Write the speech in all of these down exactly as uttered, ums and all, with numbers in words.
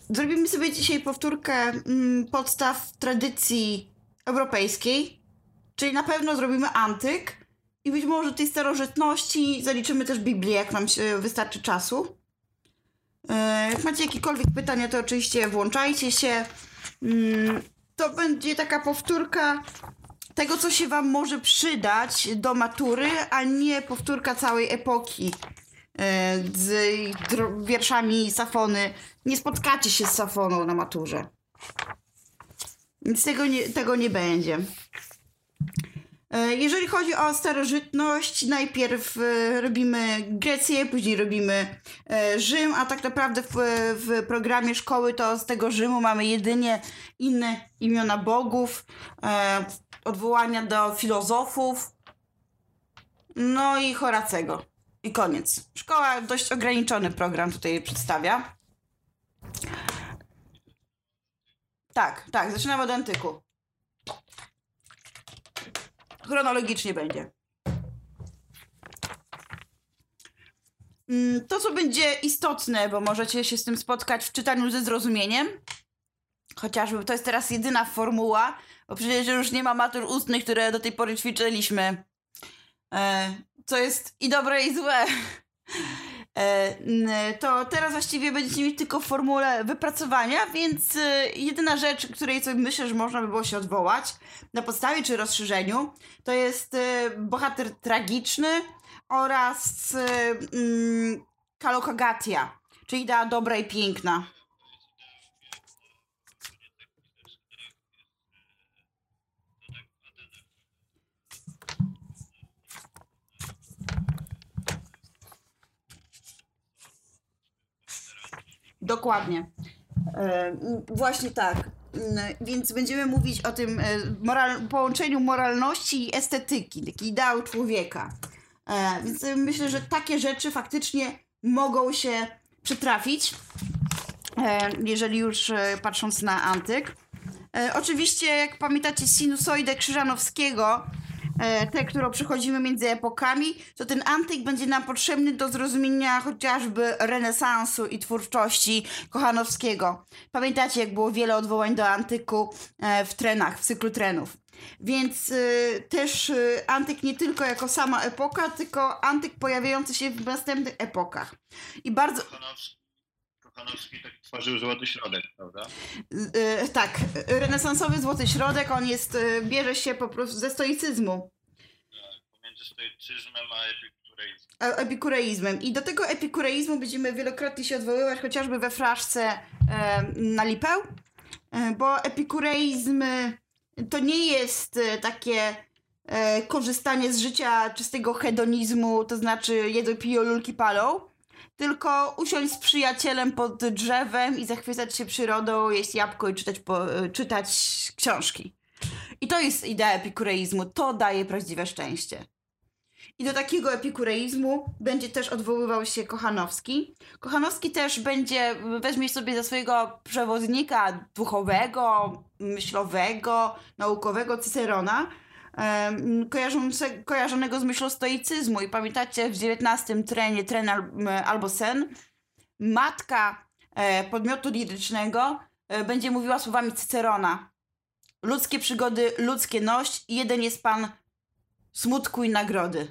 zrobimy sobie dzisiaj powtórkę mm, podstaw tradycji europejskiej, czyli na pewno zrobimy antyk i być może tej starożytności zaliczymy też Biblię, jak nam się wystarczy czasu. E, jak macie jakiekolwiek pytania, to oczywiście włączajcie się. Mm, to będzie taka powtórka tego, co się wam może przydać do matury, a nie powtórka całej epoki e, z dro- wierszami Safony. Nie spotkacie się z Safoną na maturze. Więc tego nie, tego nie będzie. E, jeżeli chodzi o starożytność, najpierw e, robimy Grecję, później robimy e, Rzym, a tak naprawdę w, w programie szkoły to z tego Rzymu mamy jedynie inne imiona bogów, e, odwołania do filozofów, no i Horacego. I koniec. Szkoła dość ograniczony program tutaj przedstawia. Tak, tak, zaczynamy od antyku. Chronologicznie będzie. To, co będzie istotne, bo możecie się z tym spotkać w czytaniu ze zrozumieniem, chociażby to jest teraz jedyna formuła, bo przecież już nie ma matur ustnych, które do tej pory ćwiczyliśmy. E, co jest i dobre, i złe. E, to teraz właściwie będziecie mieć tylko formulę wypracowania, więc e, jedyna rzecz, której sobie myślę, że można by było się odwołać na podstawie czy rozszerzeniu, to jest e, bohater tragiczny oraz e, mm, kalokagatia, czyli idea dobra i piękna. Dokładnie. E, właśnie tak. E, więc będziemy mówić o tym e, moral, połączeniu moralności i estetyki, taki ideał człowieka. E, więc myślę, że takie rzeczy faktycznie mogą się przytrafić, e, jeżeli już e, patrząc na antyk. E, oczywiście, jak pamiętacie sinusoidę Krzyżanowskiego, tę, którą przechodzimy między epokami, to ten antyk będzie nam potrzebny do zrozumienia chociażby renesansu i twórczości Kochanowskiego. Pamiętacie, jak było wiele odwołań do antyku w trenach, w cyklu trenów. Więc y, też y, antyk nie tylko jako sama epoka, tylko antyk pojawiający się w następnych epokach. I bardzo... Kochanowski, Kochanowski tak tworzył złoty środek, prawda? Y, tak, renesansowy złoty środek, on jest, y, bierze się po prostu ze stoicyzmu. Tak, pomiędzy stoicyzmem a epikureizmem. A, epikureizmem. I do tego epikureizmu będziemy wielokrotnie się odwoływać, chociażby we fraszce e, na lipę, e, bo epikureizm to nie jest e, takie e, korzystanie z życia czystego hedonizmu, to znaczy jedzą, piją, lulki palą, tylko usiąść z przyjacielem pod drzewem i zachwycać się przyrodą, jeść jabłko i czytać, po, czytać książki. I to jest idea epikureizmu. To daje prawdziwe szczęście. I do takiego epikureizmu będzie też odwoływał się Kochanowski. Kochanowski też będzie, weźmie sobie za swojego przewodnika duchowego, myślowego, naukowego Cycerona, Kojarzące, kojarzonego z myślą stoicyzmu. I pamiętacie, w dziewiętnastym trenie, tren albo sen, matka e, podmiotu lirycznego e, będzie mówiła słowami Cycerona. Ludzkie przygody, ludzkie ność i jeden jest pan smutku i nagrody.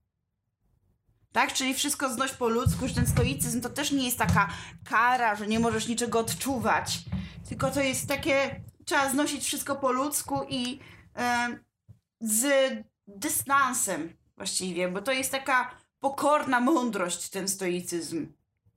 Tak? Czyli wszystko znoś po ludzku, że ten stoicyzm to też nie jest taka kara, że nie możesz niczego odczuwać. Tylko to jest takie, trzeba znosić wszystko po ludzku i e, z dystansem właściwie, bo to jest taka pokorna mądrość, ten stoicyzm.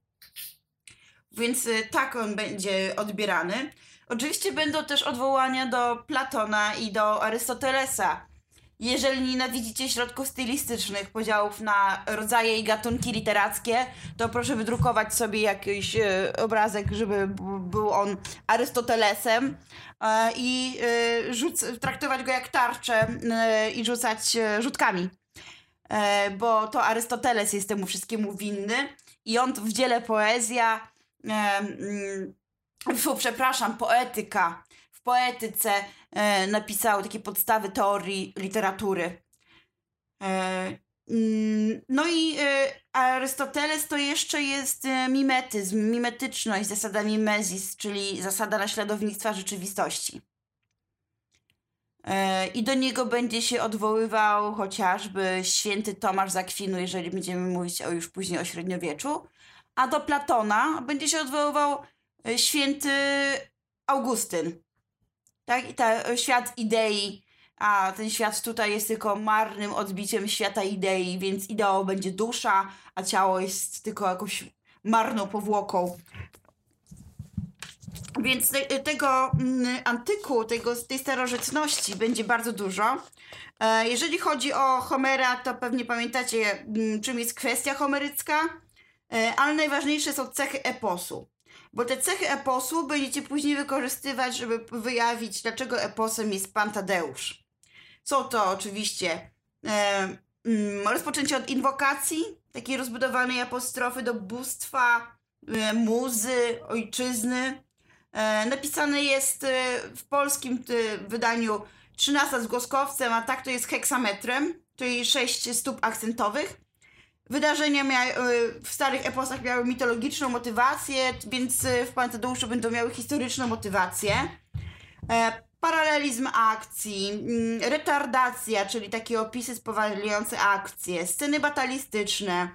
Więc tak on będzie odbierany. Oczywiście będą też odwołania do Platona i do Arystotelesa. Jeżeli nienawidzicie środków stylistycznych, podziałów na rodzaje i gatunki literackie, to proszę wydrukować sobie jakiś e, obrazek, żeby b- był on Arystotelesem e, i e, rzuc- traktować go jak tarczę e, i rzucać e, rzutkami. E, bo to Arystoteles jest temu wszystkiemu winny i on w dziele poezja, e, mm, fu, przepraszam, poetyka, w poetyce e, napisał takie podstawy teorii literatury. E, No i Arystoteles to jeszcze jest mimetyzm, mimetyczność, zasada mimesis, czyli zasada naśladownictwa rzeczywistości. I do niego będzie się odwoływał chociażby święty Tomasz z Akwinu, jeżeli będziemy mówić o, już później o średniowieczu, a do Platona będzie się odwoływał święty Augustyn. Tak? I ta, świat idei, a ten świat tutaj jest tylko marnym odbiciem świata idei, więc ideą będzie dusza, a ciało jest tylko jakąś marną powłoką. Więc te, tego mm, antyku, tego, tej starożytności będzie bardzo dużo. E, jeżeli chodzi o Homera, to pewnie pamiętacie, m, czym jest kwestia homerycka, e, ale najważniejsze są cechy eposu. Bo te cechy eposu będziecie później wykorzystywać, żeby wyjawić, dlaczego eposem jest Pan Tadeusz. Są to oczywiście e, mm, rozpoczęcie od inwokacji, takiej rozbudowanej apostrofy do bóstwa, e, muzy, ojczyzny. E, napisane jest e, w polskim e, wydaniu trzynaste z głoskowcem, a tak to jest heksametrem, czyli sześć stóp akcentowych. Wydarzenia mia- e, w starych eposach miały mitologiczną motywację, więc e, w Panu Tadeuszu będą miały historyczną motywację. E, paralelizm akcji, mm, retardacja, czyli takie opisy spowalniające akcje, sceny batalistyczne,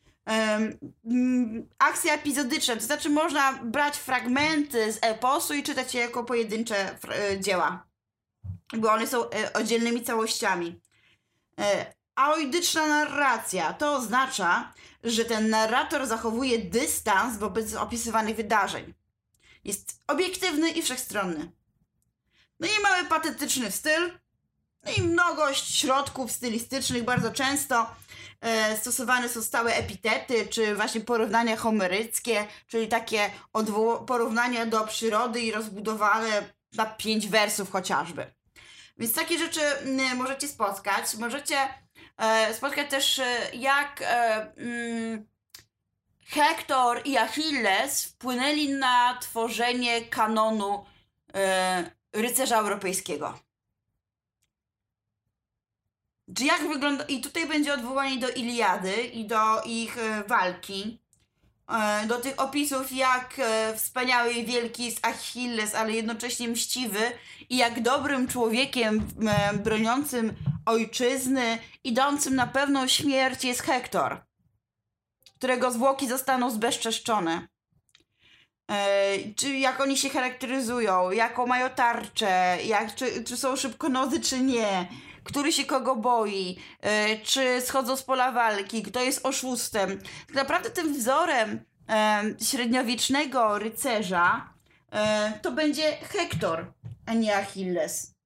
Um, akcja epizodyczna, to znaczy można brać fragmenty z eposu i czytać je jako pojedyncze e, dzieła, bo one są e, oddzielnymi całościami. E, aoidyczna narracja to oznacza, że ten narrator zachowuje dystans wobec opisywanych wydarzeń. Jest obiektywny i wszechstronny. No i mamy patetyczny styl, no i mnogość środków stylistycznych, bardzo często e, stosowane są stałe epitety, czy właśnie porównania homeryckie, czyli takie odwo- porównania do przyrody i rozbudowane na pięć wersów chociażby. Więc takie rzeczy m, możecie spotkać. Możecie e, spotkać też e, jak e, mm, Hektor i Achilles wpłynęli na tworzenie kanonu e, rycerza europejskiego. Czy jak wygląda... I tutaj będzie odwołanie do Iliady i do ich e, walki. E, do tych opisów, jak e, wspaniały i wielki jest Achilles, ale jednocześnie mściwy i jak dobrym człowiekiem e, broniącym ojczyzny, idącym na pewną śmierć jest Hektor, którego zwłoki zostaną zbezczeszczone. E, czy jak oni się charakteryzują, jaką mają tarczę, jak, czy, czy są szybkonozy, czy nie, który się kogo boi, e, czy schodzą z pola walki, kto jest oszustem. Tak naprawdę tym wzorem e, średniowiecznego rycerza e, to będzie Hektor, a nie Achilles.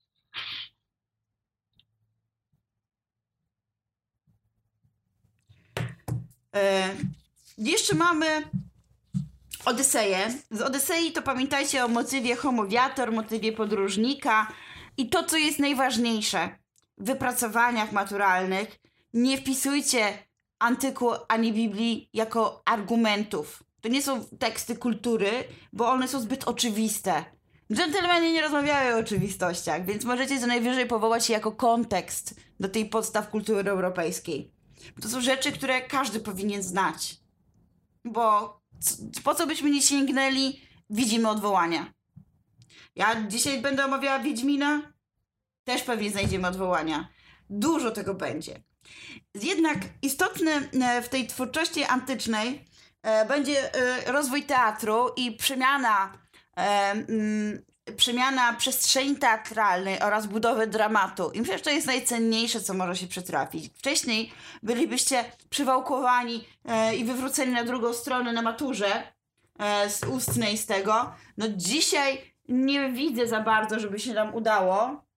E, jeszcze mamy Odyseję. Z Odysei to pamiętajcie o motywie homowiator, motywie podróżnika i to, co jest najważniejsze w wypracowaniach maturalnych, nie wpisujcie antyku ani Biblii jako argumentów. To nie są teksty kultury, bo one są zbyt oczywiste. Dżentelmeni nie rozmawiają o oczywistościach, więc możecie co najwyżej powołać się jako kontekst do tej podstaw kultury europejskiej. To są rzeczy, które każdy powinien znać. Bo po co byśmy nie sięgnęli, widzimy odwołania. Ja dzisiaj będę omawiała Wiedźmina, też pewnie znajdziemy odwołania. Dużo tego będzie. Jednak istotny w tej twórczości antycznej będzie rozwój teatru i przemiana, przemiana przestrzeni teatralnej oraz budowy dramatu. I myślę, że to jest najcenniejsze, co może się przytrafić. Wcześniej bylibyście przywałkowani i wywróceni na drugą stronę na maturze z ustnej z tego. No dzisiaj nie widzę za bardzo, żeby się nam udało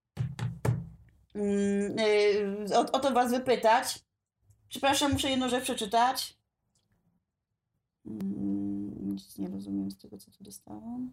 o, o to was wypytać. Przepraszam, muszę jedną rzecz przeczytać. Nic nie rozumiem z tego, co tu dostałam.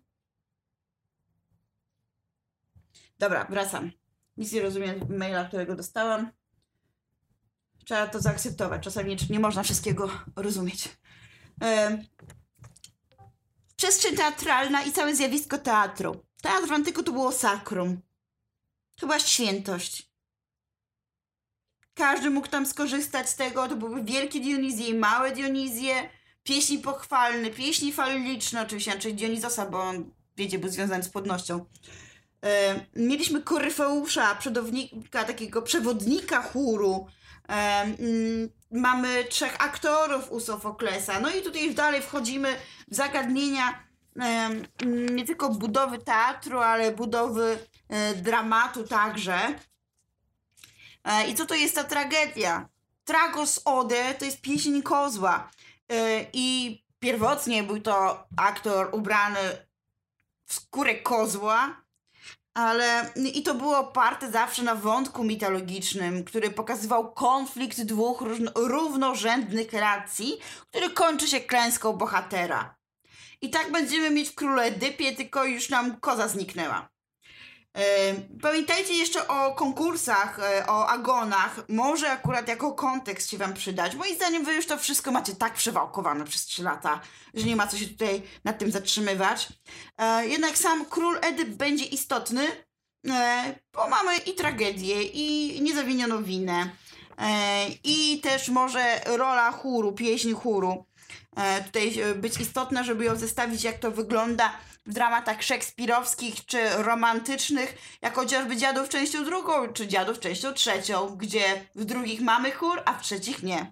Dobra, wracam. Nic nie rozumiem maila, którego dostałam. Trzeba to zaakceptować. Czasami nie, nie można wszystkiego rozumieć. Yy. Przestrzeń teatralna i całe zjawisko teatru. Teatr w antyku to było sakrum. To była świętość. każdy mógł tam skorzystać z tego, to były wielkie Dionizje i małe Dionizje, pieśni pochwalne, pieśni falliczne, oczywiście, znaczy Dionizosa, bo on, wiecie, był związany z płodnością. E, mieliśmy Koryfeusza, przodownika, takiego przewodnika chóru. E, mm, mamy trzech aktorów u Sofoklesa. No i tutaj już dalej wchodzimy w zagadnienia e, nie tylko budowy teatru, ale budowy e, dramatu także. E, I co to jest ta tragedia? Tragos Ode to jest pieśń kozła. E, I pierwotnie był to aktor ubrany w skórę kozła, ale i to było oparte zawsze na wątku mitologicznym, który pokazywał konflikt dwóch różno, równorzędnych racji, który kończy się klęską bohatera. I tak będziemy mieć w Królu Edypie, tylko już nam koza zniknęła. Yy, pamiętajcie jeszcze o konkursach, yy, o agonach. Może akurat jako kontekst się wam przydać. Moim zdaniem wy już to wszystko macie tak przewałkowane przez trzy lata, że nie ma co się tutaj nad tym zatrzymywać. Yy, jednak sam Król Edyp będzie istotny, yy, bo mamy i tragedię, i niezawinioną winę, yy, i też może rola chóru, pieśń chóru yy, tutaj yy, być istotna, żeby ją zestawić, jak to wygląda w dramatach szekspirowskich czy romantycznych, jak chociażby Dziadów częścią drugą, czy Dziadów częścią trzecią, gdzie w drugich mamy chór, a w trzecich nie.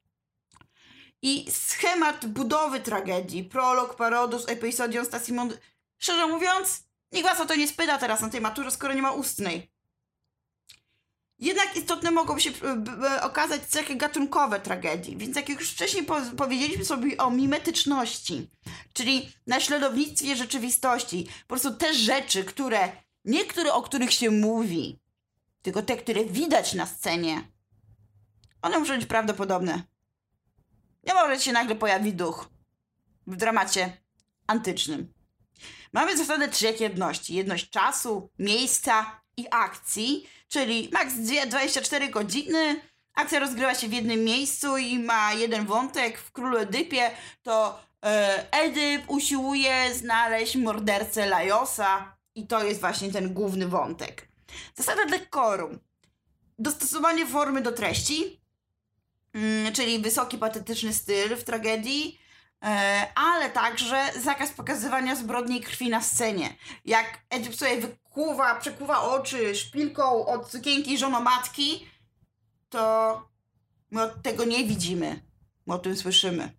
I schemat budowy tragedii, prolog, parodus, episodion, stasimon... Szczerze mówiąc, nikt was o to nie spyta teraz na tej maturze, skoro nie ma ustnej. Jednak istotne mogą się okazać cechy gatunkowe tragedii, więc jak już wcześniej po powiedzieliśmy sobie o mimetyczności, czyli naśladownictwie rzeczywistości, po prostu te rzeczy, które, nie które, o których się mówi, tylko te, które widać na scenie, one muszą być prawdopodobne. Nie może się nagle pojawi duch w dramacie antycznym. Mamy zasadę trzech jedności. Jedność czasu, miejsca i akcji, czyli maks dwadzieścia cztery godziny. Akcja rozgrywa się w jednym miejscu i ma jeden wątek. W Królu Edypie to e, Edyp usiłuje znaleźć mordercę Lajosa i to jest właśnie ten główny wątek. Zasada decorum. Dostosowanie formy do treści, mm, czyli wysoki patetyczny styl w tragedii, e, ale także zakaz pokazywania zbrodni krwi na scenie. Jak Edyp sobie wykuwa, przekuwa oczy szpilką od sukienki żonomatki, to my od tego nie widzimy, my o tym słyszymy.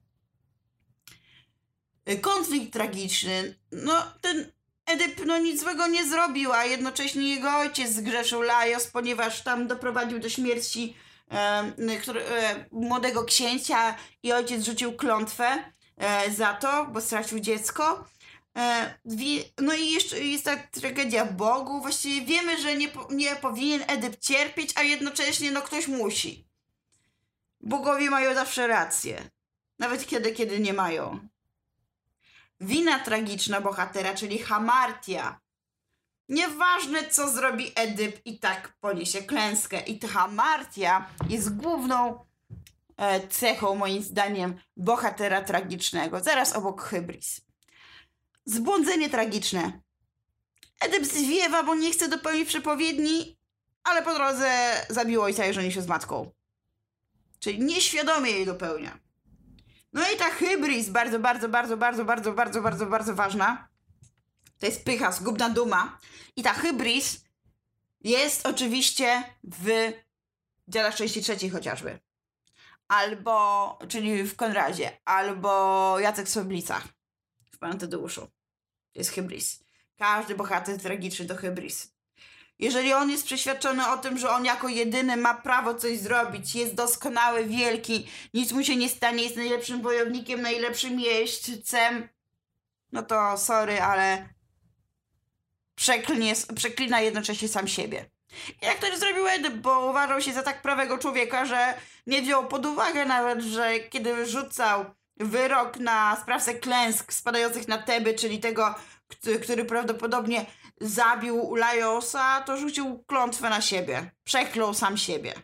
Konflikt tragiczny. No, ten Edyp no, nic złego nie zrobił, a jednocześnie jego ojciec zgrzeszył, Laios, ponieważ tam doprowadził do śmierci e, który, e, młodego księcia i ojciec rzucił klątwę e, za to, bo stracił dziecko. E, wie, no i jeszcze jest ta tragedia Bogu. Właściwie wiemy, że nie, nie powinien Edyp cierpieć, a jednocześnie no ktoś musi. Bogowie mają zawsze rację. Nawet kiedy, kiedy nie mają. Wina tragiczna bohatera, czyli hamartia. Nieważne co zrobi Edyp, i tak poniesie klęskę. I ta hamartia jest główną e, cechą, moim zdaniem, bohatera tragicznego. Zaraz obok hybris. Zbłądzenie tragiczne. Edyp zwiewa, bo nie chce dopełnić przepowiedni, ale po drodze zabił ojca i żeni się z matką. Czyli nieświadomie jej dopełnia. No i ta hybris, bardzo, bardzo, bardzo, bardzo, bardzo, bardzo, bardzo, bardzo ważna. To jest pycha, zgubna duma. I ta hybris jest oczywiście w Dziadach części trzeciej chociażby. Albo, czyli w Konradzie. Albo Jacek w Soblicach. W Panu Tadeuszu. To jest hybris. Każdy bohater tragiczny to hybris. Jeżeli on jest przeświadczony o tym, że on jako jedyny ma prawo coś zrobić, jest doskonały, wielki, nic mu się nie stanie, jest najlepszym wojownikiem, najlepszym jeźdźcem, no to sorry, ale przeklinie, przeklina jednocześnie sam siebie. I jak to zrobił Edyp, bo uważał się za tak prawego człowieka, że nie wziął pod uwagę nawet, że kiedy rzucał wyrok na sprawcę klęsk spadających na Teby, czyli tego, który prawdopodobnie zabił Laiosa, to rzucił klątwę na siebie. Przeklął sam siebie.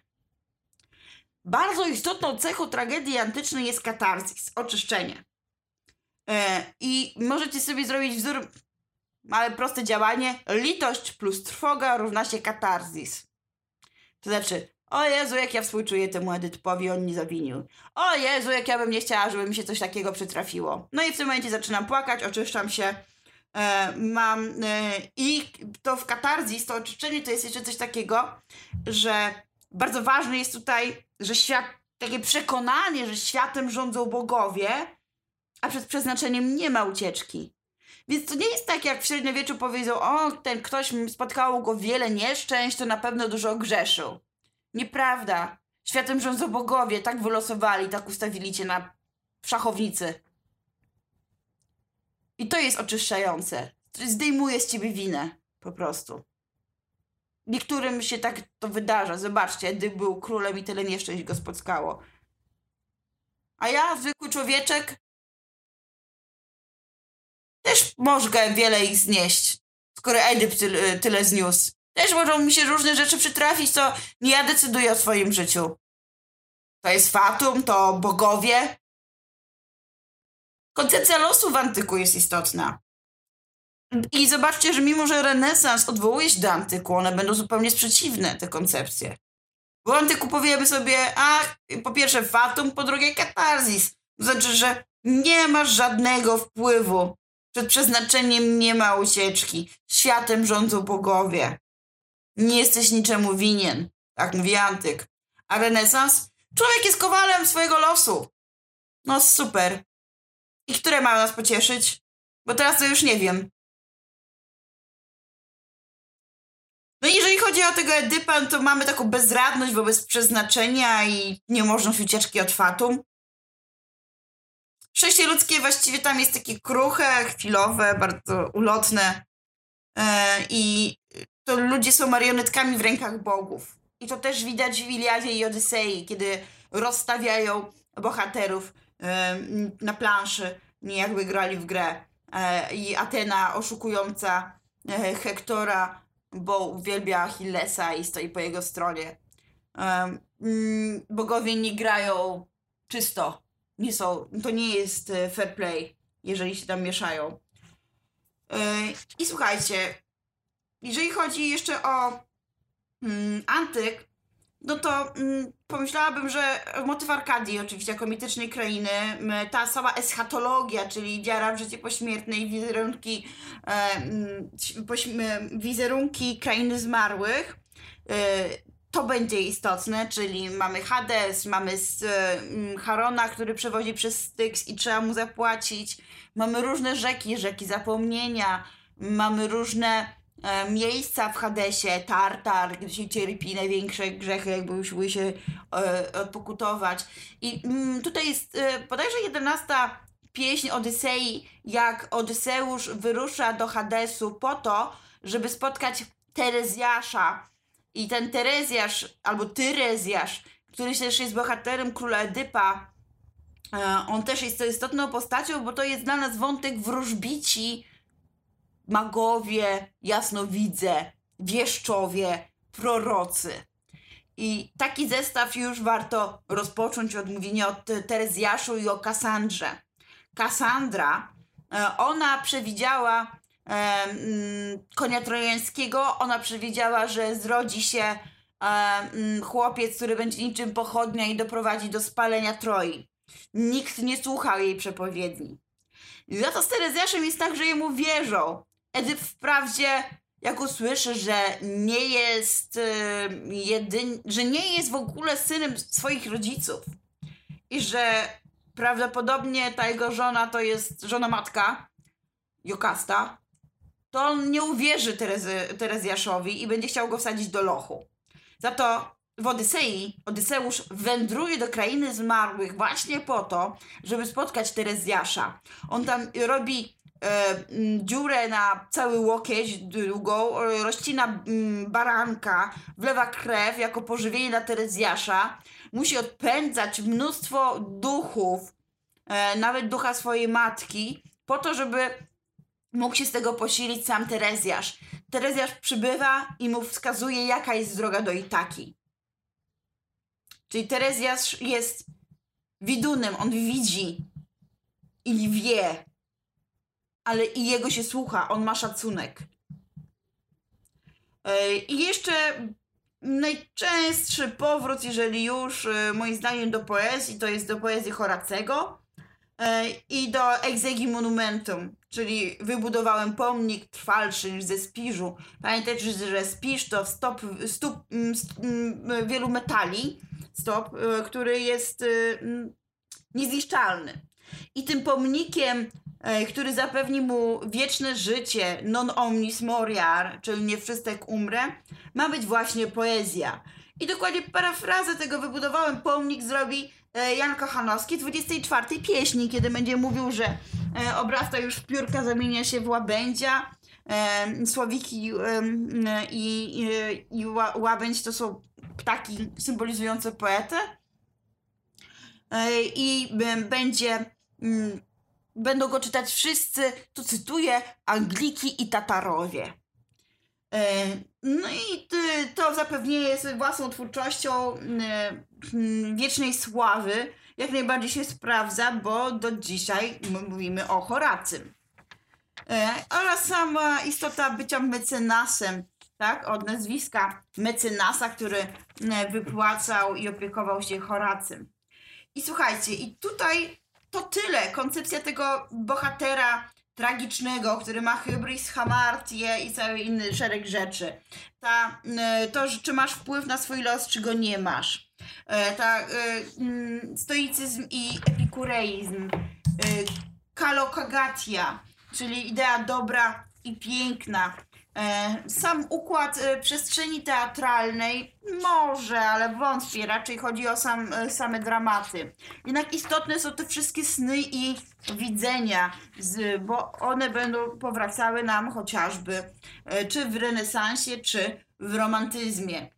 Bardzo istotną cechą tragedii antycznej jest katarzis, oczyszczenie. Yy, I możecie sobie zrobić wzór, ale proste działanie. Litość plus trwoga równa się katarzis. To znaczy, O Jezu, jak ja współczuję temu Edypowi, on nie zawinił. O Jezu, jak ja bym nie chciała, żeby mi się coś takiego przytrafiło. No i w tym momencie zaczynam płakać, oczyszczam się. E, mam e, i to w katarzis, to oczyszczenie to jest jeszcze coś takiego, że bardzo ważne jest tutaj, że świat, takie przekonanie, że światem rządzą bogowie, a przed przeznaczeniem nie ma ucieczki. Więc to nie jest tak, jak w średniowieczu powiedzą, o, ten ktoś, spotkało go wiele nieszczęść, to na pewno dużo grzeszył. Nieprawda. Światem rządzą bogowie, tak wylosowali, tak ustawili cię na szachownicy. I to jest oczyszczające. Zdejmuje z ciebie winę, po prostu. Niektórym się tak to wydarza. Zobaczcie, Edyp był królem i tyle nieszczęść go spotkało. A ja, zwykły człowieczek, też mogę wiele ich znieść, skoro Edyp tyle, tyle zniósł. Też mogą mi się różne rzeczy przytrafić, co nie ja decyduję o swoim życiu. To jest fatum, to bogowie. Koncepcja losu w antyku jest istotna. I zobaczcie, że mimo, że renesans odwołuje się do antyku, one będą zupełnie sprzeciwne, te koncepcje. Bo w antyku powiemy sobie, a po pierwsze fatum, po drugie katarzis. To znaczy, że nie masz żadnego wpływu. Przed przeznaczeniem nie ma ucieczki. Światem rządzą bogowie. Nie jesteś niczemu winien. Tak mówi antyk. A renesans? Człowiek jest kowalem swojego losu. No super. I które mają nas pocieszyć? Bo teraz to już nie wiem. No i jeżeli chodzi o tego Edypa, to mamy taką bezradność wobec przeznaczenia i niemożność ucieczki od fatum. Szczęście ludzkie właściwie tam jest takie kruche, chwilowe, bardzo ulotne. Yy, I to ludzie są marionetkami w rękach bogów. I to też widać w Iliadzie i Odysei, kiedy rozstawiają bohaterów yy, na planszy, nie jakby grali w grę. Yy, I Atena oszukująca yy, Hektora, bo uwielbia Achillesa i stoi po jego stronie. Yy, bogowie nie grają czysto. Nie są, to nie jest fair play, jeżeli się tam mieszają. Yy, I słuchajcie, jeżeli chodzi jeszcze o mm, antyk, no to mm, pomyślałabym, że motyw Arkadii oczywiście jako mitycznej krainy, ta sama eschatologia, czyli wiara w życie pośmiertne i wizerunki, e, pośm- wizerunki krainy zmarłych, e, to będzie istotne, czyli mamy Hades, mamy e, Charona, który przewozi przez Styx i trzeba mu zapłacić, mamy różne rzeki, rzeki zapomnienia, mamy różne E, miejsca w Hadesie, Tartar, gdzie się cierpi największe grzechy, jakby musiły się e, odpokutować. I mm, tutaj jest e, bodajże jedenasta pieśń Odysei, jak Odyseusz wyrusza do Hadesu po to, żeby spotkać Terezjasza. I ten Terezjasz, albo Tyrezjasz, który też jest bohaterem króla Edypa, e, on też jest istotną postacią, bo to jest dla nas wątek wróżbici, magowie, jasnowidze, wieszczowie, prorocy. I taki zestaw już warto rozpocząć od mówienia o Terezjaszu i o Kasandrze. Kasandra, ona przewidziała e, konia trojańskiego, ona przewidziała, że zrodzi się e, chłopiec, który będzie niczym pochodnia i doprowadzi do spalenia Troi. Nikt nie słuchał jej przepowiedni. I za to z Terezjaszem jest tak, że jemu wierzą. Edyp wprawdzie, jak usłyszy, że nie jest y, jedyn, że nie jest w ogóle synem swoich rodziców i że prawdopodobnie ta jego żona to jest żona matka, Jokasta, to on nie uwierzy Terezy, Terezjaszowi i będzie chciał go wsadzić do lochu. Za to w Odysei Odyseusz wędruje do krainy zmarłych właśnie po to, żeby spotkać Terezjasza. On tam robi E, dziurę na cały łokieć długą, rozcina m, baranka, wlewa krew jako pożywienie dla Terezjasza, musi odpędzać mnóstwo duchów, e, nawet ducha swojej matki, po to, żeby mógł się z tego posilić sam Terezjasz. Terezjasz przybywa i mu wskazuje, jaka jest droga do Itaki. Czyli Terezjasz jest widunem, on widzi i wie, ale i jego się słucha, on ma szacunek. Yy, I jeszcze najczęstszy powrót, jeżeli już, moim zdaniem, do poezji, to jest do poezji Horacego i do Exegi Monumentum, czyli wybudowałem pomnik trwalszy niż ze Spiżu. Pamiętajcie, że Spiż to stop, stóp, st, wielu metali, stop, który jest niezniszczalny. I tym pomnikiem, który zapewni mu wieczne życie, non omnis moriar, czyli nie wszystek umrę, ma być właśnie poezja. I dokładnie parafrazę tego wybudowałem pomnik zrobi Jan Kochanowski w dwudziestej czwartej pieśni, kiedy będzie mówił, że obrasta już w piórka, zamienia się w łabędzia. Słowiki i, i, i łabędź to są ptaki symbolizujące poetę. I będzie, będą go czytać wszyscy, tu cytuję, Angliki i Tatarowie. No i to zapewnienie sobie własną twórczością wiecznej sławy jak najbardziej się sprawdza, bo do dzisiaj mówimy o Horacym. Oraz sama istota bycia mecenasem, tak, od nazwiska mecenasa, który wypłacał i opiekował się Horacym. I słuchajcie, i tutaj to tyle. Koncepcja tego bohatera tragicznego, który ma hybris, hamartię i cały inny szereg rzeczy. Ta, to, czy masz wpływ na swój los, czy go nie masz. Ta, stoicyzm i epikureizm. Kalokagatia, czyli idea dobra i piękna. Sam układ przestrzeni teatralnej może, ale wątpię, raczej chodzi o sam, same dramaty. Jednak istotne są te wszystkie sny i widzenia, bo one będą powracały nam chociażby czy w renesansie, czy w romantyzmie.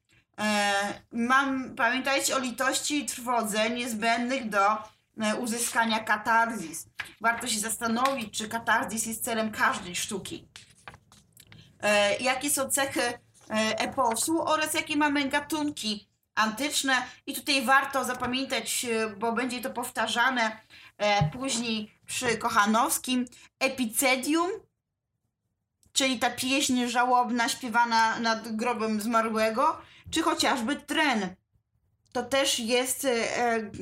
Mam, pamiętajcie o litości i trwodze niezbędnych do uzyskania katarzis. Warto się zastanowić, czy katarzis jest celem każdej sztuki. E, jakie są cechy e, eposu oraz jakie mamy gatunki antyczne. I tutaj warto zapamiętać, bo będzie to powtarzane e, później przy Kochanowskim, epicedium, czyli ta pieśń żałobna śpiewana nad grobem zmarłego, czy chociażby tren. To też jest e, e,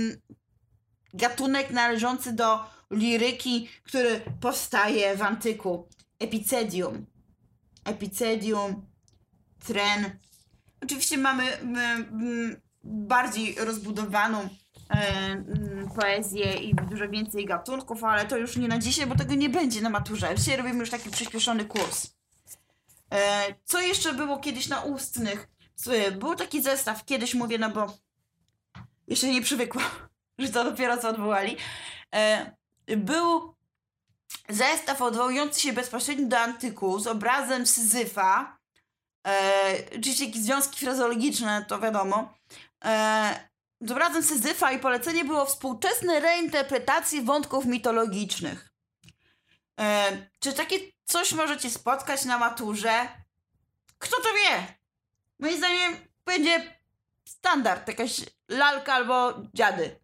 gatunek należący do liryki, który powstaje w antyku. Epicedium. Epicedium, tren. Oczywiście mamy m, m, bardziej rozbudowaną e, m, poezję i dużo więcej gatunków, ale to już nie na dzisiaj, bo tego nie będzie na maturze. Dzisiaj robimy już taki przyspieszony kurs. E, co jeszcze było kiedyś na ustnych? Był taki zestaw, kiedyś mówię, no bo jeszcze nie przywykłam, że to dopiero co odwołali. E, był zestaw odwołujący się bezpośrednio do antyku z obrazem Syzyfa. E, oczywiście jakieś związki frazeologiczne, to wiadomo. E, z obrazem Syzyfa i polecenie było współczesne reinterpretacje wątków mitologicznych. E, czy takie coś możecie spotkać na maturze? Kto to wie? Moim zdaniem będzie standard, jakaś lalka albo dziady.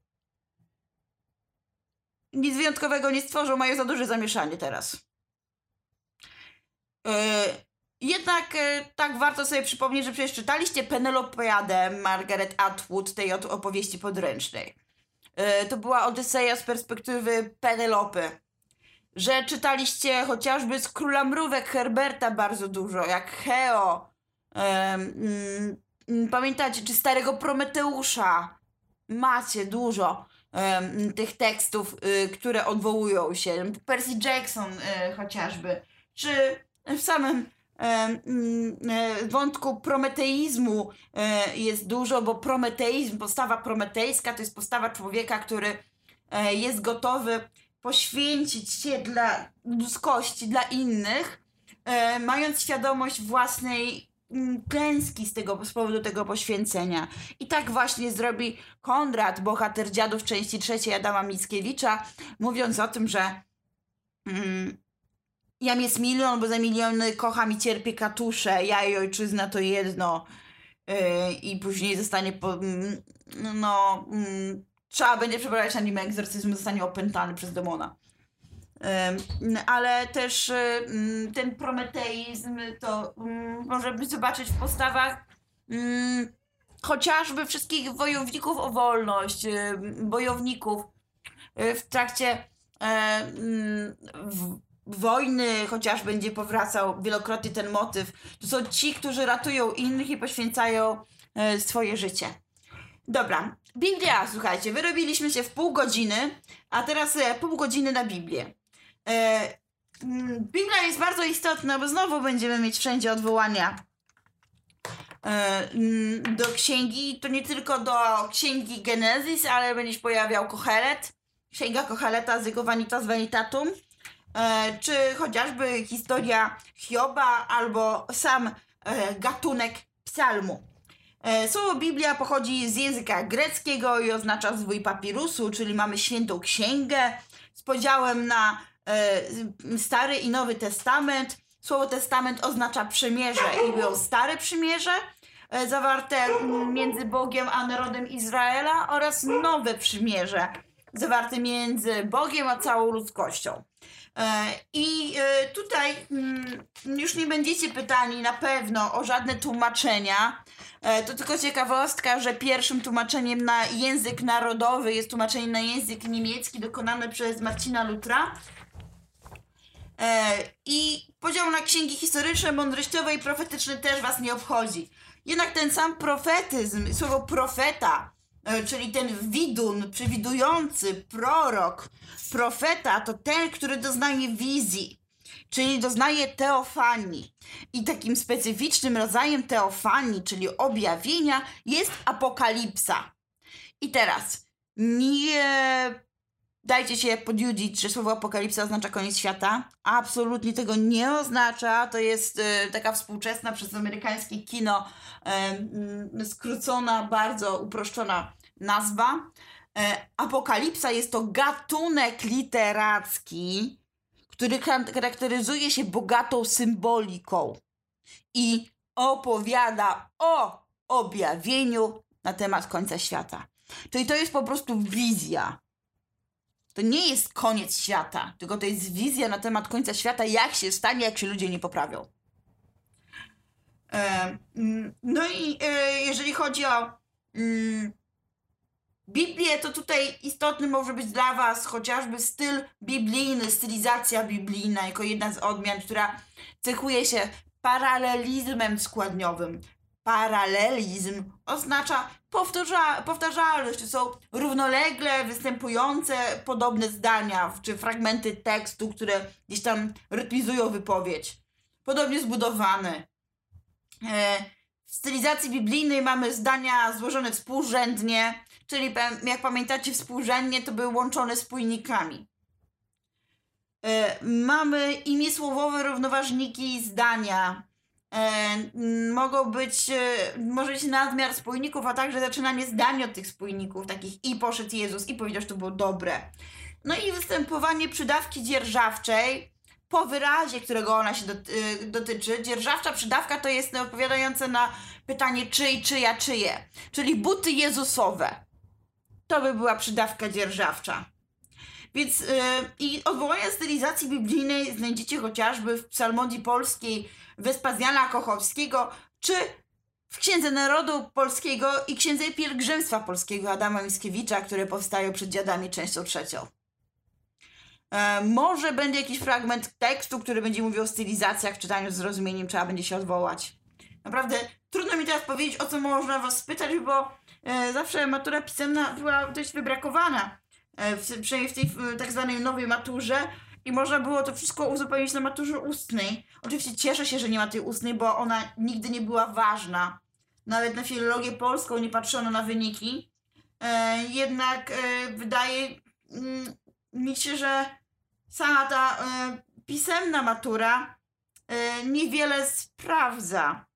Nic wyjątkowego nie stworzą, mają za duże zamieszanie teraz. Yy, jednak yy, tak warto sobie przypomnieć, że przecież czytaliście Penelopeadę Margaret Atwood, tej od opowieści podręcznej. Yy, to była Odyseja z perspektywy Penelopy. Że czytaliście chociażby z Króla Mrówek Herberta bardzo dużo, jak Heo. Yy, yy, pamiętacie, czy Starego Prometeusza. Macie dużo Um, tych tekstów, y, które odwołują się. Percy Jackson y, chociażby. Czy w samym y, y, wątku prometeizmu y, jest dużo, bo prometeizm, postawa prometejska to jest postawa człowieka, który y, jest gotowy poświęcić się dla ludzkości, dla innych, y, mając świadomość własnej klęski z, tego, z powodu tego poświęcenia. I tak właśnie zrobi Konrad, bohater Dziadów części trzeciej Adama Mickiewicza, mówiąc o tym, że mm, jam jest milion, bo za miliony kocham i cierpię katusze, ja i ojczyzna to jedno. Yy, I później zostanie po, mm, no mm, trzeba będzie przeprowadzić na nim egzorcyzm, zostanie opętany przez demona. Ale też ten prometeizm to możemy zobaczyć w postawach mm, chociażby wszystkich wojowników o wolność, y, bojowników y, w trakcie y, w, wojny, chociaż będzie powracał wielokrotnie ten motyw. To są ci, którzy ratują innych i poświęcają y, swoje życie. Dobra, Biblia, słuchajcie, wyrobiliśmy się w pół godziny, a teraz e, pół godziny na Biblię. E, mm, Biblia jest bardzo istotna, bo znowu będziemy mieć wszędzie odwołania e, mm, do księgi. To nie tylko do księgi Genezis, ale będzie się pojawiał Kohelet, księga Koheleta z jego Vanitas Vanitatum, e, czy chociażby historia Hioba, albo sam e, gatunek psalmu. Słowo Biblia pochodzi z języka greckiego i oznacza zwój papirusu, czyli mamy świętą księgę z podziałem na e, Stary i Nowy Testament. Słowo testament oznacza przymierze i było Stare Przymierze e, zawarte między Bogiem a narodem Izraela oraz Nowe Przymierze zawarte między Bogiem a całą ludzkością. E, I e, tutaj mm, już nie będziecie pytani na pewno o żadne tłumaczenia. E, to tylko ciekawostka, że pierwszym tłumaczeniem na język narodowy jest tłumaczenie na język niemiecki dokonane przez Marcina Lutra. E, I podział na księgi historyczne, mądrościowe i profetyczne też was nie obchodzi. Jednak ten sam profetyzm, słowo profeta, e, czyli ten widun, przewidujący, prorok, profeta to ten, który doznaje wizji, czyli doznaje teofanii. I takim specyficznym rodzajem teofanii, czyli objawienia, jest apokalipsa. I teraz, nie dajcie się podjudzić, że słowo apokalipsa oznacza koniec świata. Absolutnie tego nie oznacza. To jest y, taka współczesna przez amerykańskie kino y, y, skrócona, bardzo uproszczona nazwa. Y, apokalipsa jest to gatunek literacki, który charakteryzuje się bogatą symboliką i opowiada o objawieniu na temat końca świata. Czyli to jest po prostu wizja. To nie jest koniec świata, tylko to jest wizja na temat końca świata, jak się stanie, jak się ludzie nie poprawią. E, no i e, jeżeli chodzi o mm, Biblię, to tutaj istotny może być dla was chociażby styl biblijny, stylizacja biblijna jako jedna z odmian, która cechuje się paralelizmem składniowym. Paralelizm oznacza powtarza, powtarzalność, to są równolegle występujące podobne zdania czy fragmenty tekstu, które gdzieś tam rytmizują wypowiedź. Podobnie zbudowane. E, w stylizacji biblijnej mamy zdania złożone współrzędnie, czyli jak pamiętacie, współrzędnie to były łączone spójnikami. E, mamy imię słowowe, równoważniki zdania. E, mogą być, e, może być nadmiar spójników, a także zaczynanie zdań od tych spójników, takich i poszedł Jezus i powiedział, że to było dobre. No i występowanie przydawki dzierżawczej po wyrazie, którego ona się doty dotyczy. Dzierżawcza przydawka to jest odpowiadające na pytanie czyj, czyja, czyje, czyli buty Jezusowe. To by była przydawka dzierżawcza. Więc yy, i odwołania stylizacji biblijnej znajdziecie chociażby w psalmodii polskiej Wespazjana Kochowskiego, czy w Księdze Narodu Polskiego i Księdze Pielgrzymstwa Polskiego Adama Mickiewicza, które powstają przed dziadami częścią trzecią. E, może będzie jakiś fragment tekstu, który będzie mówił o stylizacjach, w czytaniu z zrozumieniem trzeba będzie się odwołać. Naprawdę trudno mi teraz powiedzieć, o co można was spytać, bo e, zawsze matura pisemna była dość wybrakowana, e, w, przynajmniej w tej w, tak zwanej nowej maturze, i można było to wszystko uzupełnić na maturze ustnej. Oczywiście cieszę się, że nie ma tej ustnej, bo ona nigdy nie była ważna. Nawet na filologię polską nie patrzono na wyniki. E, jednak e, wydaje mm, mi się, że sama ta e, pisemna matura e, niewiele sprawdza.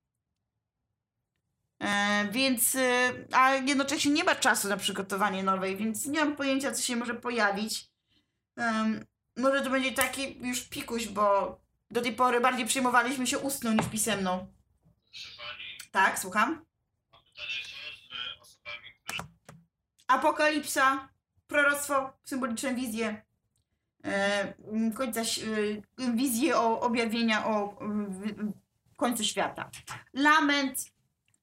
E, więc, e, a jednocześnie nie ma czasu na przygotowanie nowej, więc nie mam pojęcia, co się może pojawić. E, może to będzie taki już pikuś, bo do tej pory bardziej przejmowaliśmy się ustną niż pisemną. Proszę pani, Tak, słucham. mam pytanie, co z osobami, które... Apokalipsa, proroctwo, symboliczne wizje, e, końca, e, wizje o objawienia o w, w końcu świata. Lament,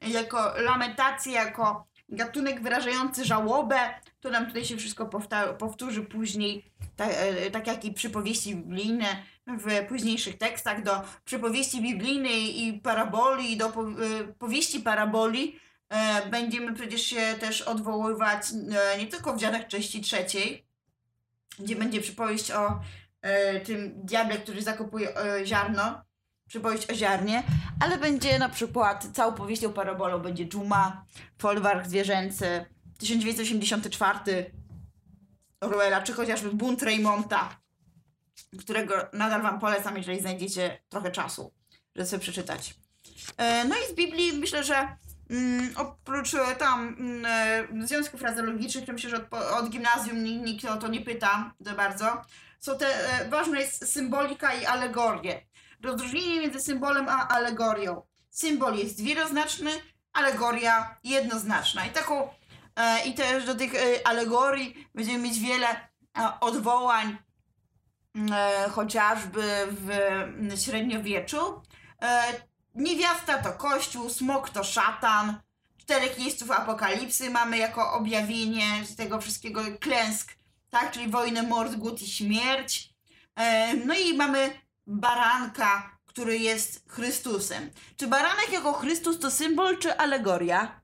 jako lamentację, jako gatunek wyrażający żałobę. To nam tutaj się wszystko powtórzy później, tak, tak jak i przypowieści biblijne w późniejszych tekstach. Do przypowieści biblijnej i paraboli, do powieści paraboli e, będziemy przecież się też odwoływać e, nie tylko w Dziadach części trzeciej, gdzie będzie przypowieść o e, tym diable, który zakopuje e, ziarno, przypowieść o ziarnie, ale będzie na przykład całą powieścią parabolą będzie Dżuma, Folwark zwierzęcy, tysiąc dziewięćset osiemdziesiąty czwarty Orwella, czy chociażby Bunt Raymonta, którego nadal wam polecam, jeżeli znajdziecie trochę czasu, żeby sobie przeczytać. E, no i z Biblii myślę, że mm, oprócz e, tam mm, związków frazeologicznych, to myślę, że od, od gimnazjum nikt o to nie pyta za bardzo, są te, e, ważna jest symbolika i alegorie. Rozróżnienie między symbolem a alegorią. Symbol jest wieloznaczny, alegoria jednoznaczna. I taką e, i też do tych e, alegorii będziemy mieć wiele e, odwołań, e, chociażby w średniowieczu. E, niewiasta to kościół, smok to szatan, czterech jeźdźców apokalipsy mamy jako objawienie z tego wszystkiego klęsk, tak, czyli wojnę, mord, głód i śmierć. E, no i mamy baranka, który jest Chrystusem. Czy baranek jako Chrystus to symbol, czy alegoria?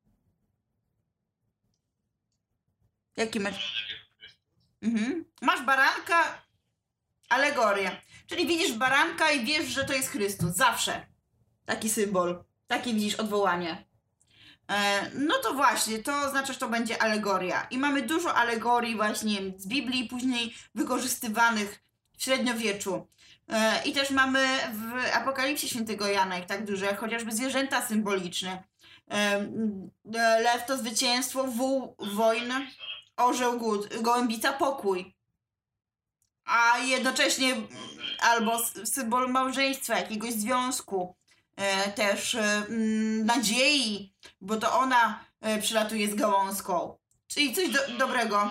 Jaki masz? Mhm. Masz baranka, alegoria. Czyli widzisz baranka i wiesz, że to jest Chrystus. Zawsze. Taki symbol. Takie widzisz odwołanie. E, no to właśnie, to oznacza, że to będzie alegoria. I mamy dużo alegorii właśnie z Biblii, później wykorzystywanych w średniowieczu. I też mamy w Apokalipsie Świętego Jana ich tak duże, chociażby zwierzęta symboliczne. Lew to zwycięstwo, wół wojna, orzeł głód, gołębica pokój. A jednocześnie albo symbol małżeństwa, jakiegoś związku, też nadziei, bo to ona przylatuje z gałązką. Czyli coś do, dobrego.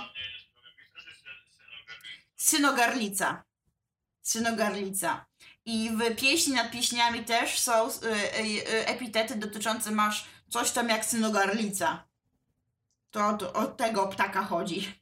Synogarlica. Synogarlica. I w pieśni nad pieśniami też są y, y, epitety dotyczące masz coś tam jak synogarlica. To, to o tego ptaka chodzi.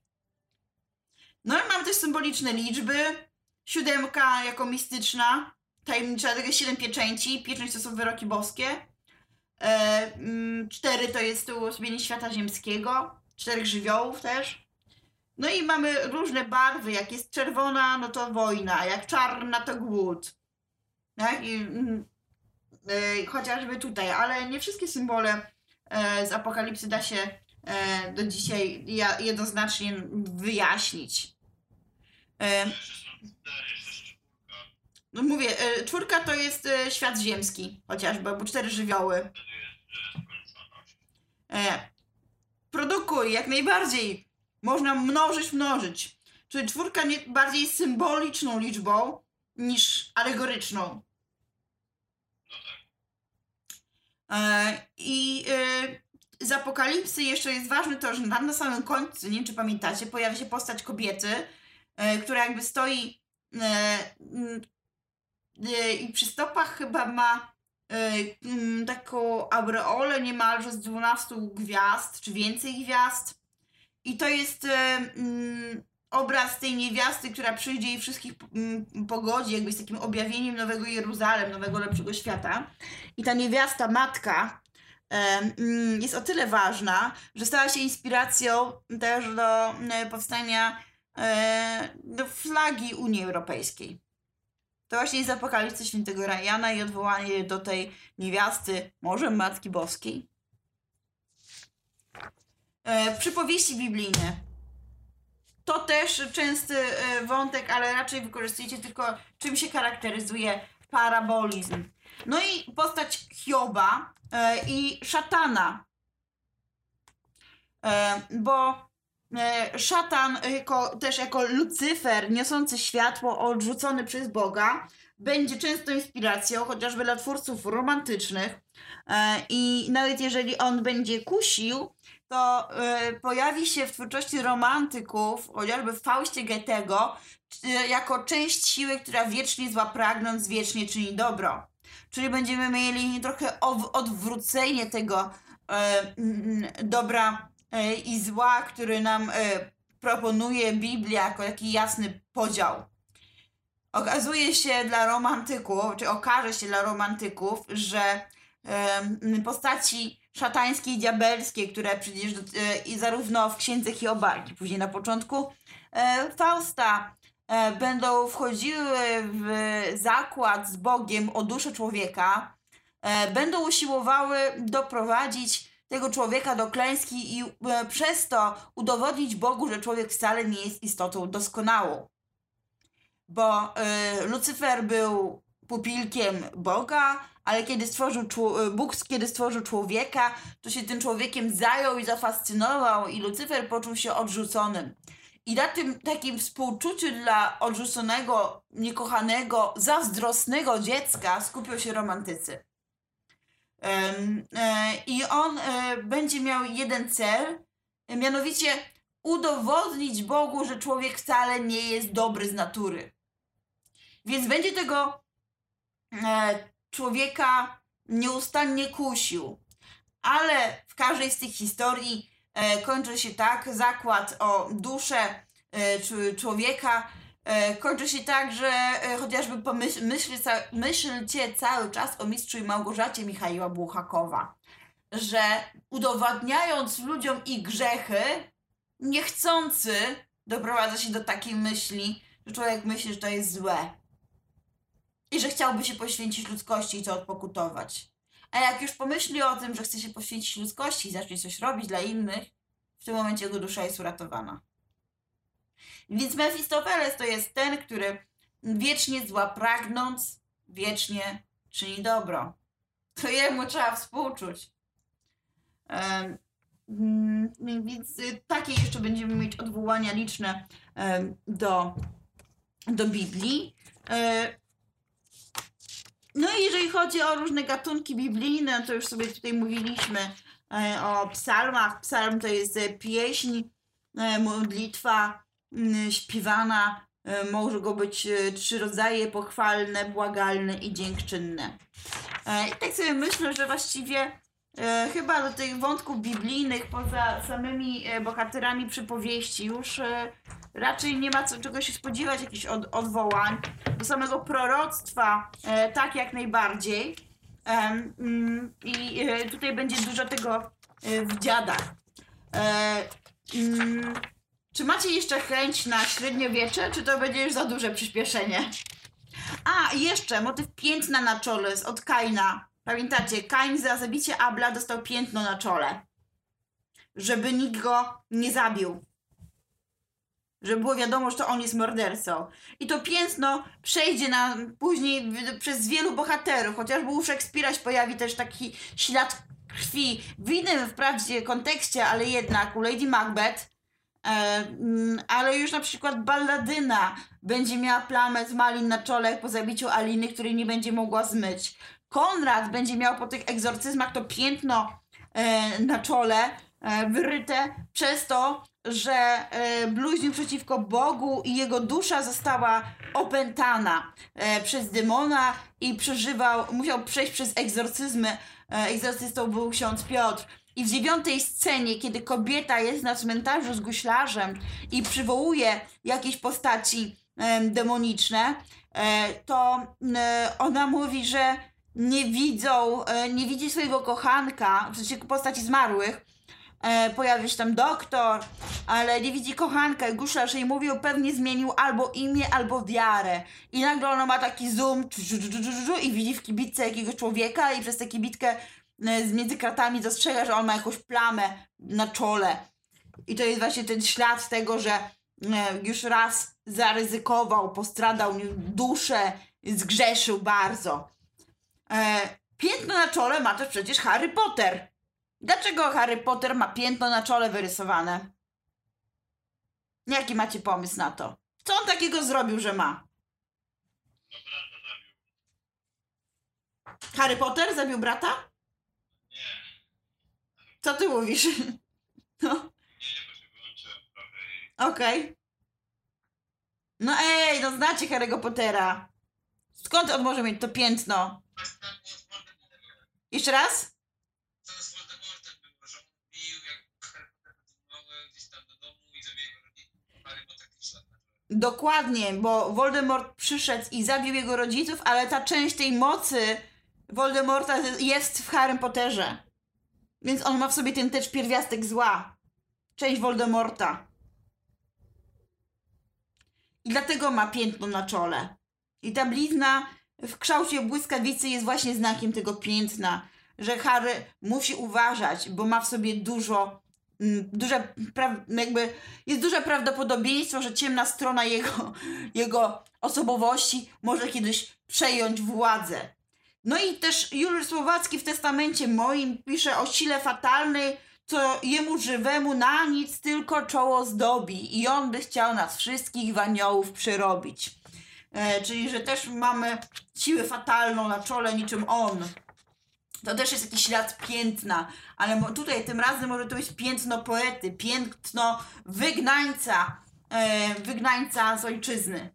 No i mamy też symboliczne liczby. Siódemka jako mistyczna, tajemnicza, tego siedem pieczęci. Pieczęć to są wyroki boskie. E, mm, cztery to jest uosobienie świata ziemskiego. Czterech żywiołów też. No i mamy różne barwy, jak jest czerwona, no to wojna, jak czarna to głód. Tak? I, yy, chociażby tutaj, ale nie wszystkie symbole yy, z Apokalipsy da się yy, do dzisiaj ja, jednoznacznie wyjaśnić. Yy, no mówię, yy, czwórka to jest yy, świat ziemski, chociażby, bo cztery żywioły. Yy, produkuj, jak najbardziej. Można mnożyć, mnożyć. Czyli czwórka nie bardziej symboliczną liczbą niż alegoryczną. E, I e, z Apokalipsy jeszcze jest ważne to, że tam na samym końcu, nie wiem czy pamiętacie, pojawia się postać kobiety, e, która jakby stoi e, e, i przy stopach chyba ma e, m, taką aureolę niemalże z dwunastu gwiazd, czy więcej gwiazd. I to jest e, mm, obraz tej niewiasty, która przyjdzie i wszystkich mm, pogodzi, jakby z takim objawieniem nowego Jeruzalem, nowego lepszego świata. I ta niewiasta, matka, e, mm, jest o tyle ważna, że stała się inspiracją też do e, powstania e, do flagi Unii Europejskiej. To właśnie jest Apokalipsa Świętego Jana i odwołanie do tej niewiasty, może Matki Boskiej. E, przypowieści biblijne. To też częsty e, wątek, ale raczej wykorzystujecie tylko czym się charakteryzuje parabolizm. No i postać Hioba e, i szatana. E, bo e, szatan jako, też jako Lucyfer niosący światło, odrzucony przez Boga, będzie często inspiracją chociażby dla twórców romantycznych e, i nawet jeżeli on będzie kusił, to y, pojawi się w twórczości romantyków, chociażby w Faustie Goethego, y, jako część siły, która wiecznie zła pragnąc, wiecznie czyni dobro. Czyli będziemy mieli trochę odwrócenie tego e, dobra e, i zła, który nam e, proponuje Biblia jako taki jasny podział. Okazuje się dla romantyków, czy okaże się dla romantyków, że e, postaci szatańskie i diabelskie, które przecież e, i zarówno w księdze Hioba, jak i później na początku e, Fausta e, będą wchodziły w zakład z Bogiem o duszę człowieka, e, będą usiłowały doprowadzić tego człowieka do klęski i e, przez to udowodnić Bogu, że człowiek wcale nie jest istotą doskonałą. Bo y, Lucyfer był pupilkiem Boga, ale kiedy stworzył Bóg, kiedy stworzył człowieka, to się tym człowiekiem zajął i zafascynował i Lucyfer poczuł się odrzuconym. I na tym takim współczuciu dla odrzuconego, niekochanego, zazdrosnego dziecka skupią się romantycy. Ym, y, I on y, będzie miał jeden cel, y, mianowicie udowodnić Bogu, że człowiek wcale nie jest dobry z natury. Więc będzie tego e, człowieka nieustannie kusił. Ale w każdej z tych historii e, kończy się tak, zakład o duszę e, czy człowieka e, kończy się tak, że e, chociażby pomyśl, myśl, ca, myślcie cały czas o mistrzu i Małgorzacie Michaiła Bułhakowa, że udowadniając ludziom ich grzechy, niechcący doprowadza się do takiej myśli, że człowiek myśli, że to jest złe. I że chciałby się poświęcić ludzkości i to odpokutować. A jak już pomyśli o tym, że chce się poświęcić ludzkości i zacznie coś robić dla innych, w tym momencie jego dusza jest uratowana. Więc Mefistofeles to jest ten, który wiecznie zła pragnąc, wiecznie czyni dobro. To jemu trzeba współczuć. Um, więc y, takie jeszcze będziemy mieć odwołania liczne um, do, do Biblii. Y, No i jeżeli chodzi o różne gatunki biblijne, to już sobie tutaj mówiliśmy e, o psalmach. Psalm to jest e, pieśń, e, modlitwa m, śpiewana. E, może go być e, trzy rodzaje: pochwalne, błagalne i dziękczynne. E, I tak sobie myślę, że właściwie e, chyba do tych wątków biblijnych, poza samymi e, bohaterami przypowieści, już e, raczej nie ma co, czego się spodziewać, jakichś od, odwołań. Do samego proroctwa e, tak jak najbardziej. E, mm, I e, tutaj będzie dużo tego e, w dziadach. E, mm, czy macie jeszcze chęć na średniowiecze, czy to będzie już za duże przyspieszenie? A, i jeszcze motyw piętna na czole z od Kaina. Pamiętacie, Kain za zabicie Abla dostał piętno na czole, żeby nikt go nie zabił. Żeby było wiadomo, że to on jest mordercą. I to piętno przejdzie na, później w, przez wielu bohaterów. Chociażby u Szekspira się pojawi też taki ślad krwi w innym wprawdzie kontekście, ale jednak u Lady Macbeth. E, ale już na przykład Balladyna będzie miała plamę z malin na czole po zabiciu Aliny, której nie będzie mogła zmyć. Konrad będzie miał po tych egzorcyzmach to piętno e, na czole e, wyryte przez to, że e, bluźnił przeciwko Bogu i jego dusza została opętana e, przez demona i przeżywał, musiał przejść przez egzorcyzmy. E, egzorcystą był ksiądz Piotr. I w dziewiątej scenie, kiedy kobieta jest na cmentarzu z guślarzem i przywołuje jakieś postaci e, demoniczne, e, to e, ona mówi, że nie widzą, e, nie widzi swojego kochanka, w sensie postaci zmarłych. E, pojawia się tam doktor, ale nie widzi kochanka i guślarz jej mówił, pewnie zmienił albo imię, albo wiarę. I nagle ona ma taki zoom i widzi w kibitce jakiegoś człowieka i przez tę kibitkę z między kratami dostrzega, że on ma jakąś plamę na czole. I to jest właśnie ten ślad tego, że już raz zaryzykował, postradał duszę, zgrzeszył bardzo. E, piętno na czole ma też przecież Harry Potter. Dlaczego Harry Potter ma piętno na czole wyrysowane? Jaki macie pomysł na to? Co on takiego zrobił, że ma? No brata zabił. Harry Potter zabił brata? Nie. Co ty mówisz? No. Nie, nie, bo się wyłączyłem trochę i... Okej. Okay. No ej, no znacie Harry'ego Pottera. Skąd on może mieć to piętno? Pascal Jeszcze raz? Co z Voldemortem było, że on bił jak Harry Potter mały gdzieś tam do domu i zabił jego rodziców, Harry ma taki ślad na czole. Dokładnie, bo Voldemort przyszedł i zabił jego rodziców, ale ta część tej mocy Voldemorta jest w Harrym Potterze. Więc on ma w sobie ten też pierwiastek zła. Część Voldemorta. I dlatego ma piętno na czole. I ta blizna w kształcie błyskawicy jest właśnie znakiem tego piętna, że Harry musi uważać, bo ma w sobie dużo, duże, jakby jest duże prawdopodobieństwo, że ciemna strona jego, jego osobowości może kiedyś przejąć władzę. No i też Juliusz Słowacki w testamencie moim pisze o sile fatalnej, co jemu żywemu na nic tylko czoło zdobi i on by chciał nas wszystkich w aniołów przerobić. E, czyli, że też mamy siłę fatalną na czole niczym on. To też jest jakiś ślad piętna, ale tutaj tym razem może to być piętno poety, piętno wygnańca, e, wygnańca z ojczyzny.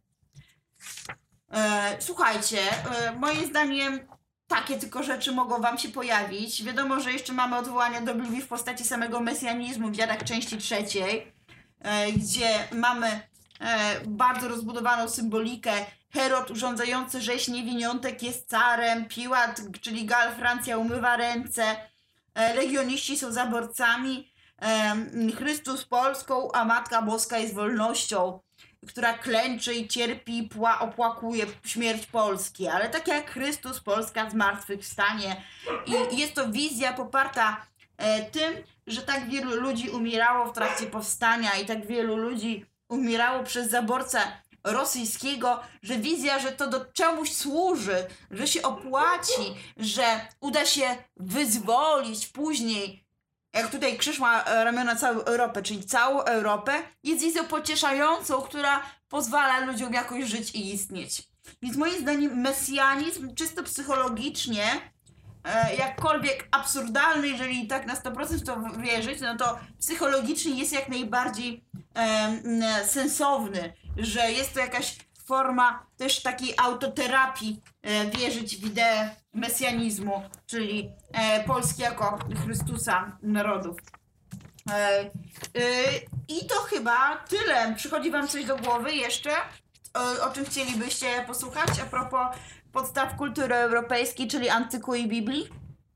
E, słuchajcie, e, moim zdaniem takie tylko rzeczy mogą wam się pojawić. Wiadomo, że jeszcze mamy odwołania do Biblii w postaci samego mesjanizmu w Dziadach części trzeciej, e, gdzie mamy e, bardzo rozbudowaną symbolikę. Herod urządzający rzeź niewiniątek jest carem, Piłat, czyli Gal, Francja umywa ręce, e, legioniści są zaborcami, e, Chrystus Polską, a Matka Boska jest wolnością, która klęczy i cierpi i pła, opłakuje śmierć Polski. Ale tak jak Chrystus, Polska zmartwychwstanie. I jest to wizja poparta e, tym, że tak wielu ludzi umierało w trakcie powstania i tak wielu ludzi umierało przez zaborcę rosyjskiego, że wizja, że to do czemuś służy, że się opłaci, że uda się wyzwolić później, jak tutaj krzyż ma ramiona całą Europę, czyli całą Europę, jest wizją pocieszającą, która pozwala ludziom jakoś żyć i istnieć. Więc moim zdaniem mesjanizm czysto psychologicznie, e, jakkolwiek absurdalny, jeżeli tak na sto procent w to wierzyć, no to psychologicznie jest jak najbardziej e, sensowny, że jest to jakaś forma też takiej autoterapii, e, wierzyć w ideę mesjanizmu, czyli e, Polski jako Chrystusa narodów. E, e, I to chyba tyle. Przychodzi wam coś do głowy jeszcze, o, o czym chcielibyście posłuchać a propos podstaw kultury europejskiej, czyli antyku i Biblii?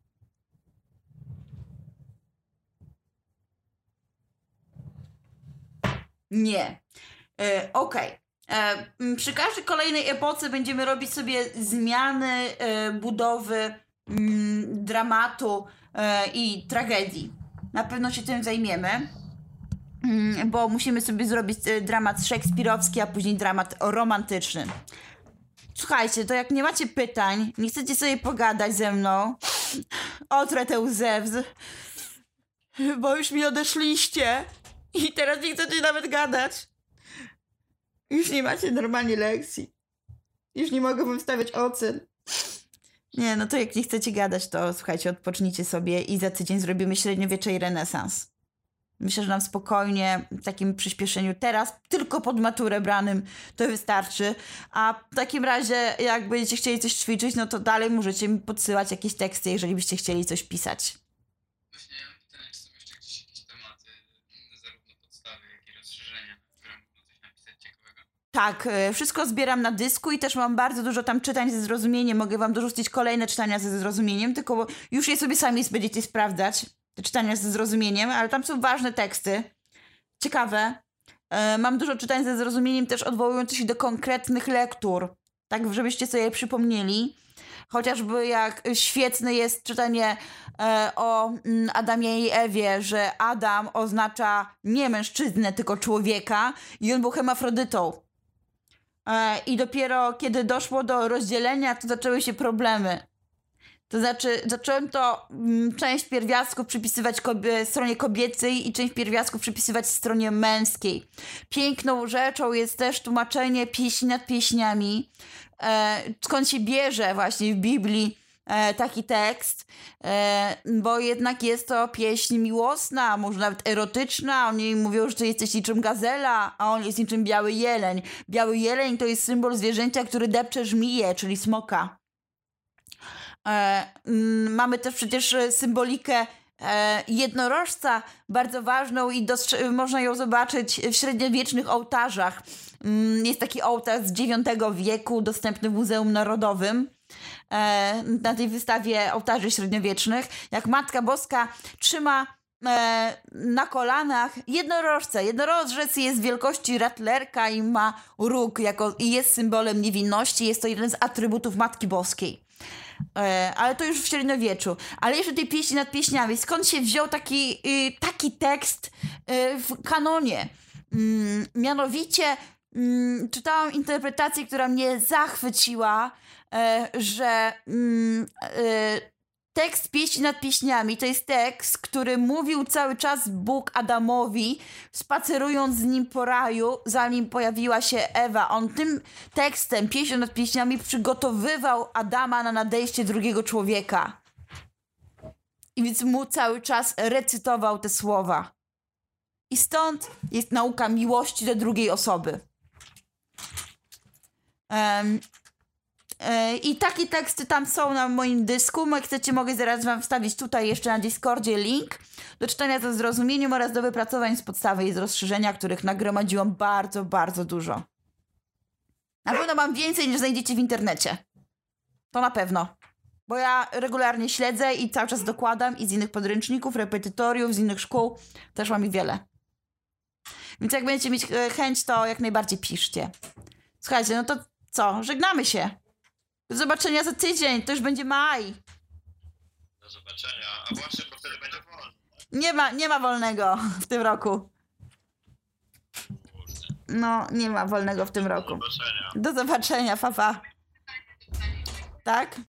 Nie. E, Okej. Okay. Przy każdej kolejnej epoce będziemy robić sobie zmiany e, budowy m, dramatu e, i tragedii. Na pewno się tym zajmiemy, m, bo musimy sobie zrobić e, dramat szekspirowski, a później dramat romantyczny. Słuchajcie, to jak nie macie pytań, nie chcecie sobie pogadać ze mną, otrę tę łzę, bo już mi odeszliście i teraz nie chcecie nawet gadać. Już nie macie normalnie lekcji. Już nie mogę wam stawiać ocen. Nie, no to jak nie chcecie gadać, to słuchajcie, odpocznijcie sobie i za tydzień zrobimy średniowiecze i renesans. Myślę, że nam spokojnie, w takim przyspieszeniu teraz, tylko pod maturę branym, to wystarczy. A w takim razie, jak będziecie chcieli coś ćwiczyć, no to dalej możecie mi podsyłać jakieś teksty, jeżeli byście chcieli coś pisać. Właśnie ja mam pytanie, czy są jeszcze gdzieś jakieś tematy, zarówno podstawy, jak i rozszerzenia, które można coś napisać ciekawego? Tak, wszystko zbieram na dysku i też mam bardzo dużo tam czytań ze zrozumieniem. Mogę wam dorzucić kolejne czytania ze zrozumieniem, tylko już je sobie sami będziecie sprawdzać, te czytania ze zrozumieniem, ale tam są ważne teksty, ciekawe. Mam dużo czytań ze zrozumieniem też odwołujących się do konkretnych lektur, tak żebyście sobie je przypomnieli. Chociażby jak świetne jest czytanie e, o Adamie i Ewie, że Adam oznacza nie mężczyznę, tylko człowieka i on był hermafrodytą. E, I dopiero kiedy doszło do rozdzielenia, to zaczęły się problemy. To znaczy, zacząłem to m, część pierwiastków przypisywać kobie, stronie kobiecej i część pierwiastków przypisywać stronie męskiej. Piękną rzeczą jest też tłumaczenie pieśni nad pieśniami. E, skąd się bierze właśnie w Biblii e, taki tekst, e, bo jednak jest to pieśń miłosna, może nawet erotyczna. Oni mówią, że ty jesteś niczym gazela, a on jest niczym biały jeleń. Biały jeleń to jest symbol zwierzęcia, który depcze żmiję, czyli smoka. E, mm, mamy też przecież symbolikę e, jednorożca, bardzo ważną i dostrze- można ją zobaczyć w średniowiecznych ołtarzach. Mm, jest taki ołtarz z dziewiątego wieku, dostępny w Muzeum Narodowym. E, na tej wystawie ołtarzy średniowiecznych, jak Matka Boska trzyma e, na kolanach jednorożca. Jednorożec jest wielkości ratlerka i ma róg jako, i jest symbolem niewinności. Jest to jeden z atrybutów Matki Boskiej. E, ale to już w średniowieczu. Ale jeszcze tej pieśni nad pieśniami. Skąd się wziął taki, y, taki tekst y, w kanonie? Mm, mianowicie mm, czytałam interpretację, która mnie zachwyciła, e, że mm, e, tekst pieśni nad pieśniami to jest tekst, który mówił cały czas Bóg Adamowi, spacerując z nim po raju, zanim pojawiła się Ewa. On tym tekstem, pieśnią nad pieśniami, przygotowywał Adama na nadejście drugiego człowieka. I więc mu cały czas recytował te słowa. I stąd jest nauka miłości do drugiej osoby. Um, I takie teksty tam są na moim dysku. Jak chcecie, mogę zaraz wam wstawić tutaj jeszcze na Discordzie link do czytania ze zrozumieniem oraz do wypracowań z podstawy i z rozszerzenia, których nagromadziłam bardzo, bardzo dużo. Na pewno mam więcej niż znajdziecie w internecie. To na pewno. Bo ja regularnie śledzę i cały czas dokładam i z innych podręczników, repetytoriów, z innych szkół. Też mam ich wiele. Więc jak będziecie mieć chęć, to jak najbardziej piszcie. Słuchajcie, no to co? Żegnamy się. Do zobaczenia za tydzień, to już będzie maj. Do zobaczenia. A właśnie, bo wtedy będzie wolno. Nie ma, nie ma wolnego w tym roku. Kurde. No, nie ma wolnego w tym Do roku. zobaczenia. Do zobaczenia, papa. Tak?